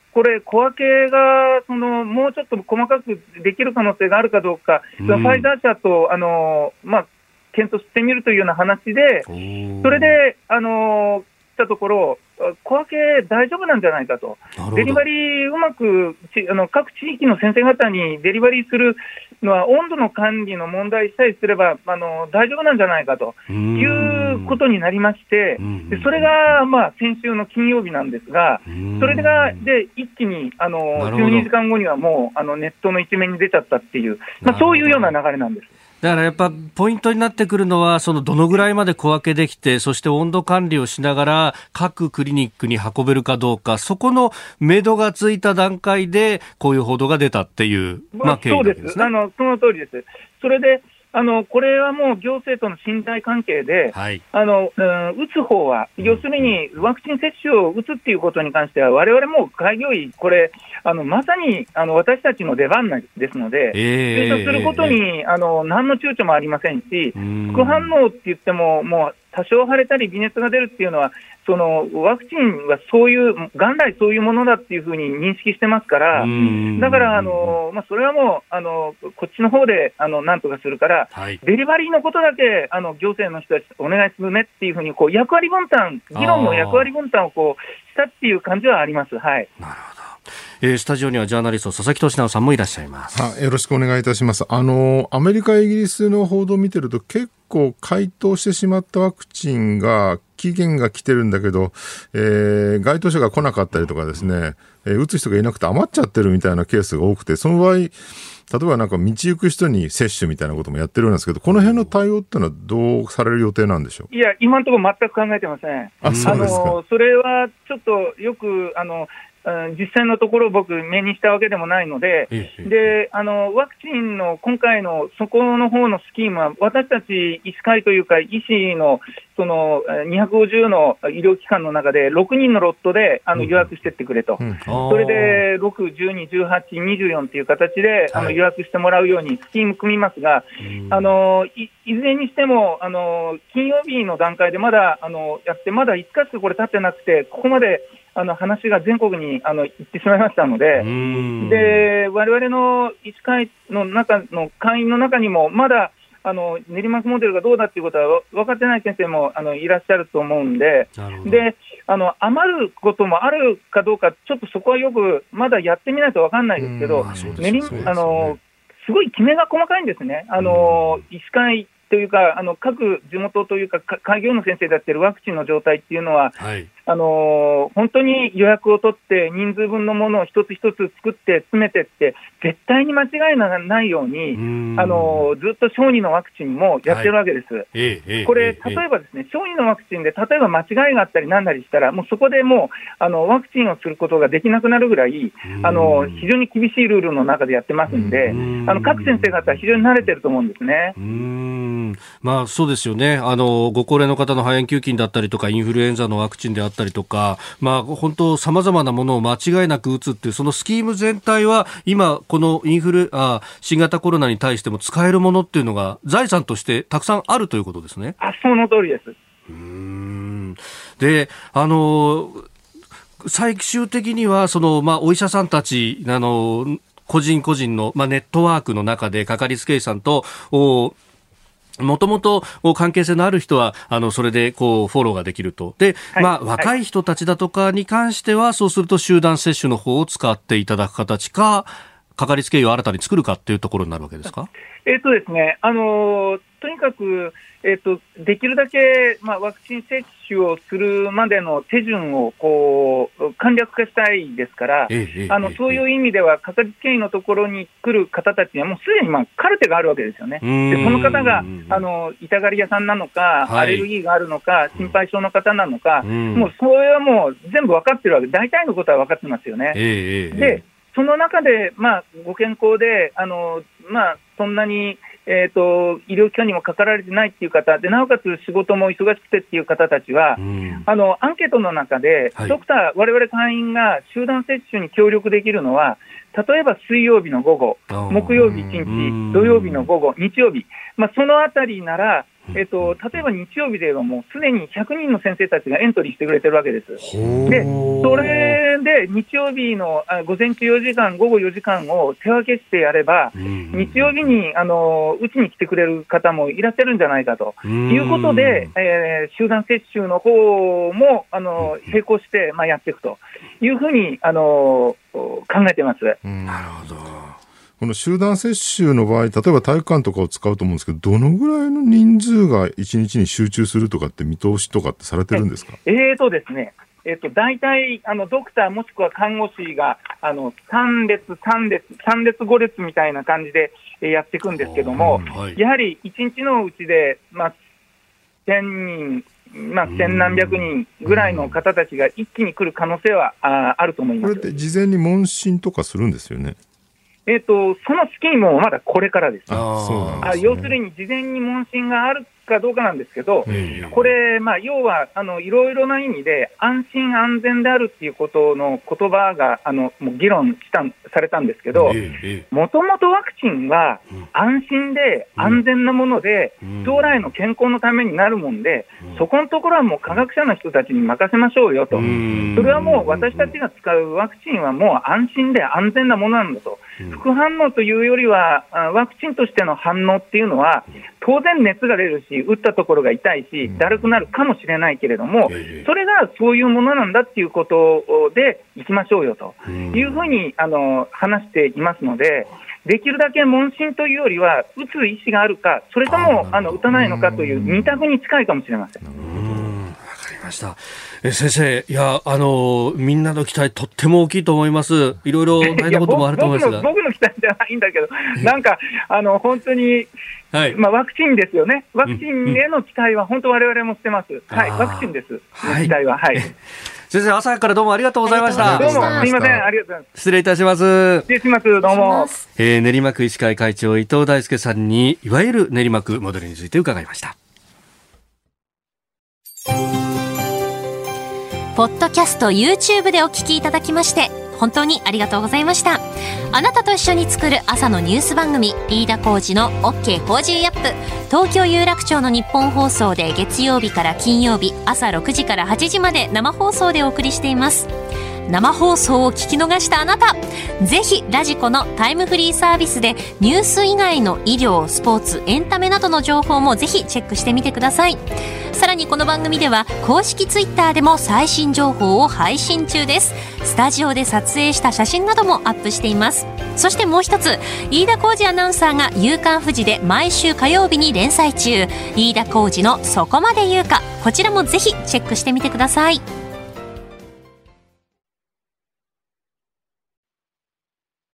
これ、小分けがもうちょっと細かくできる可能性があるかどうか、ファイザー社と検討してみるというような話で、それでしたところ、小分け大丈夫なんじゃないかと、デリバリーうまく各地域の先生方にデリバリーするのは、温度の管理の問題さえすれば大丈夫なんじゃないかということになりまして、でそれが先週の金曜日なんですが、それで一気に12時間後にはもうネットの一面に出ちゃったっていう、そういうような流れなんです。 だからやっぱポイントになってくるのは、どのぐらいまで小分けできて、そして温度管理をしながら各クリニックに運べるかどうか、そこの目処がついた段階でこういう報道が出たっていう、経緯なわけですね。 その通りです。それでこれはもう行政との信頼関係で、 はい、 打つ方は、要するにワクチン接種を打つっていうことに関しては、我々も開業医、これ、まさに私たちの出番ですので、注射することに何の躊躇もありませんし、副反応って言っても、もう多少腫れたり微熱が出るっていうのは、ワクチンは元来そういうものだっていうふうに認識してますから、だからそれはもうこっちの方でなんとかするから、はい、デリバリーのことだけ行政の人たちお願いするねっていうふうに役割分担、議論の役割分担をしたっていう感じはあります。はい。 なるほど。スタジオにはジャーナリスト佐々木俊直さんもいらっしゃいます。 よろしくお願いいたします。アメリカ、イギリスの報道を見てると、結構回答してしまったワクチンが期限が来てるんだけど、該当者が来なかったりとかですね、打つ人がいなくて余っちゃってるみたいなケースが多くて、その場合、例えばなんか道行く人に接種みたいなこともやってるんですけど、この辺の対応っていうのはどうされる予定なんでしょう。 いや、今のところ全く考えてません。 そうですか。 それはちょっとよく実際のところ僕目にしたわけでもないので、でワクチンの今回のそこの方のスキームは、私たち医師会というか医師の250の医療機関の中で6人のロットで予約してってくれと、それで6、12、18、24という形で予約してもらうようにスキーム組みますが、いずれにしても金曜日の段階でまだやって、まだ5日しかこれ経ってなくて、ここまで話が全国に行ってしまいましたので、我々の医師会の中の会員の中にもまだ練馬区モデルがどうだっていうことは分かってない先生もいらっしゃると思うんで、余ることもあるかどうか、ちょっとそこはよくまだやってみないと分かんないですけど、すごいきめが細かいんですね。医師会というか各地元というか開業の先生でやってるワクチンの状態っていうのは、はい、本当に予約を取って人数分のものを一つ一つ作って詰めてって絶対に間違いがないようにずっと小児のワクチンもやってるわけです、はい、これ例えばですね、小児のワクチンで例えば間違いがあったりなんなりしたら、もうそこでもうワクチンをすることができなくなるぐらい非常に厳しいルールの中でやってますんで、各先生方は非常に慣れてると思うんですね。 まあ、そうですよね。ご高齢の方の肺炎球菌だったりとかインフルエンザのワクチンであったりとか、まあ、本当様々なものを間違いなく打つっていうそのスキーム全体は今この新型コロナに対しても使えるものっていうのが財産としてたくさんあるということですね。 その通りです。 で、最終的にはお医者さんたち個人個人の、ネットワークの中でかかりつけ医さんともともと関係性のある人はそれでフォローができると。で、若い人たちだとかに関してはそうすると集団接種の方を使っていただく形か、かかりつけ医を新たに作るかっていうところになるわけですか。 ですね、とにかく、できるだけ、ワクチン接種をするまでの手順を簡略化したいですから、そういう意味ではかかりつけ医のところに来る方たちにはもうすでにカルテがあるわけですよね。でその方が痛がり屋さんなのか、アレルギーがあるのか、心配性の方なのか、もうそれはもう全部分かってるわけ、大体のことは分かってますよね。でその中で、ご健康でそんなに、医療機関にもかかられてないっていう方で、なおかつ仕事も忙しくてっていう方たちは、アンケートの中で、ドクター、我々会員が集団接種に協力できるのは、例えば水曜日の午後、木曜日1日、土曜日の午後、日曜日、そのあたりなら例えば日曜日ではもうすでに100人の先生たちがエントリーしてくれてるわけです。で、それで日曜日の午前中4時間、午後4時間を手分けしてやれば、日曜日にうちに来てくれる方もいらっしゃるんじゃないかということで、集団接種の方も並行して、やっていくというふうに考えています。 なるほど。 この集団接種の場合、例えば体育館とかを使うと思うんですけど、どのぐらいの人数が1日に集中するとかって見通しとかってされてるんですか？ ですね、大体ドクターもしくは看護師が3列5列みたいな感じでやっていくんですけども、やはり1日のうちで、1000人、千何百人ぐらいの方たちが一気に来る可能性はあると思います。 これって事前に問診とかするんですよね？ そのスキームもまだこれからです。 そうなんですね。 要するに事前に問診があるかどうかなんですけど、これ、要はいろいろな意味で安心安全であるっていうことの言葉がもう議論されたんですけど、もともとワクチンは安心で安全なもので、将来の健康のためになるもんで、そこのところはもう科学者の人たちに任せましょうよと。それはもう私たちが使うワクチンはもう安心で安全なものなんだと。副反応というよりはワクチンとしての反応っていうのは当然熱が出るし、打ったところが痛いし、だるくなるかもしれないけれども、それがそういうものなんだっていうことでいきましょうよというふうに話していますので、できるだけ問診というよりは打つ意思があるか、それとも打たないのかという二択に近いかもしれません。 先生、いやみんなの期待とっても大きいと思います。いろいろ大変なこともあると思いますが、 僕の期待じゃないんだけど、なんか本当に、ワクチンですよね。ワクチンへの期待は本当我々もしてます。ワクチンです。期待は。 先生、朝からどうもありがとうございました。 どうもすみません、ありがとうございます。 失礼いたします。 失礼します。どうも。 練馬区医師会会長伊藤大輔さんにいわゆる練馬区モデルについて伺いました。 ポッドキャスト YouTube でお聞きいただきまして本当にありがとうございました。あなたと一緒に作る朝のニュース番組、飯田浩司の OK コージーアップ、東京有楽町の日本放送で月曜日から金曜日朝6時から8時まで生放送でお送りしています。生放送を聞き逃したあなた、ぜひラジコのタイムフリーサービスでニュース以外の医療、スポーツ、エンタメなどの情報もぜひチェックしてみてください。さらにこの番組では公式ツイッターでも最新情報を配信中です。スタジオで撮影した写真などもアップしています。そしてもう一つ、飯田浩司アナウンサーが夕刊フジで毎週火曜日に連載中、飯田浩司のそこまで言うか、こちらもぜひチェックしてみてください。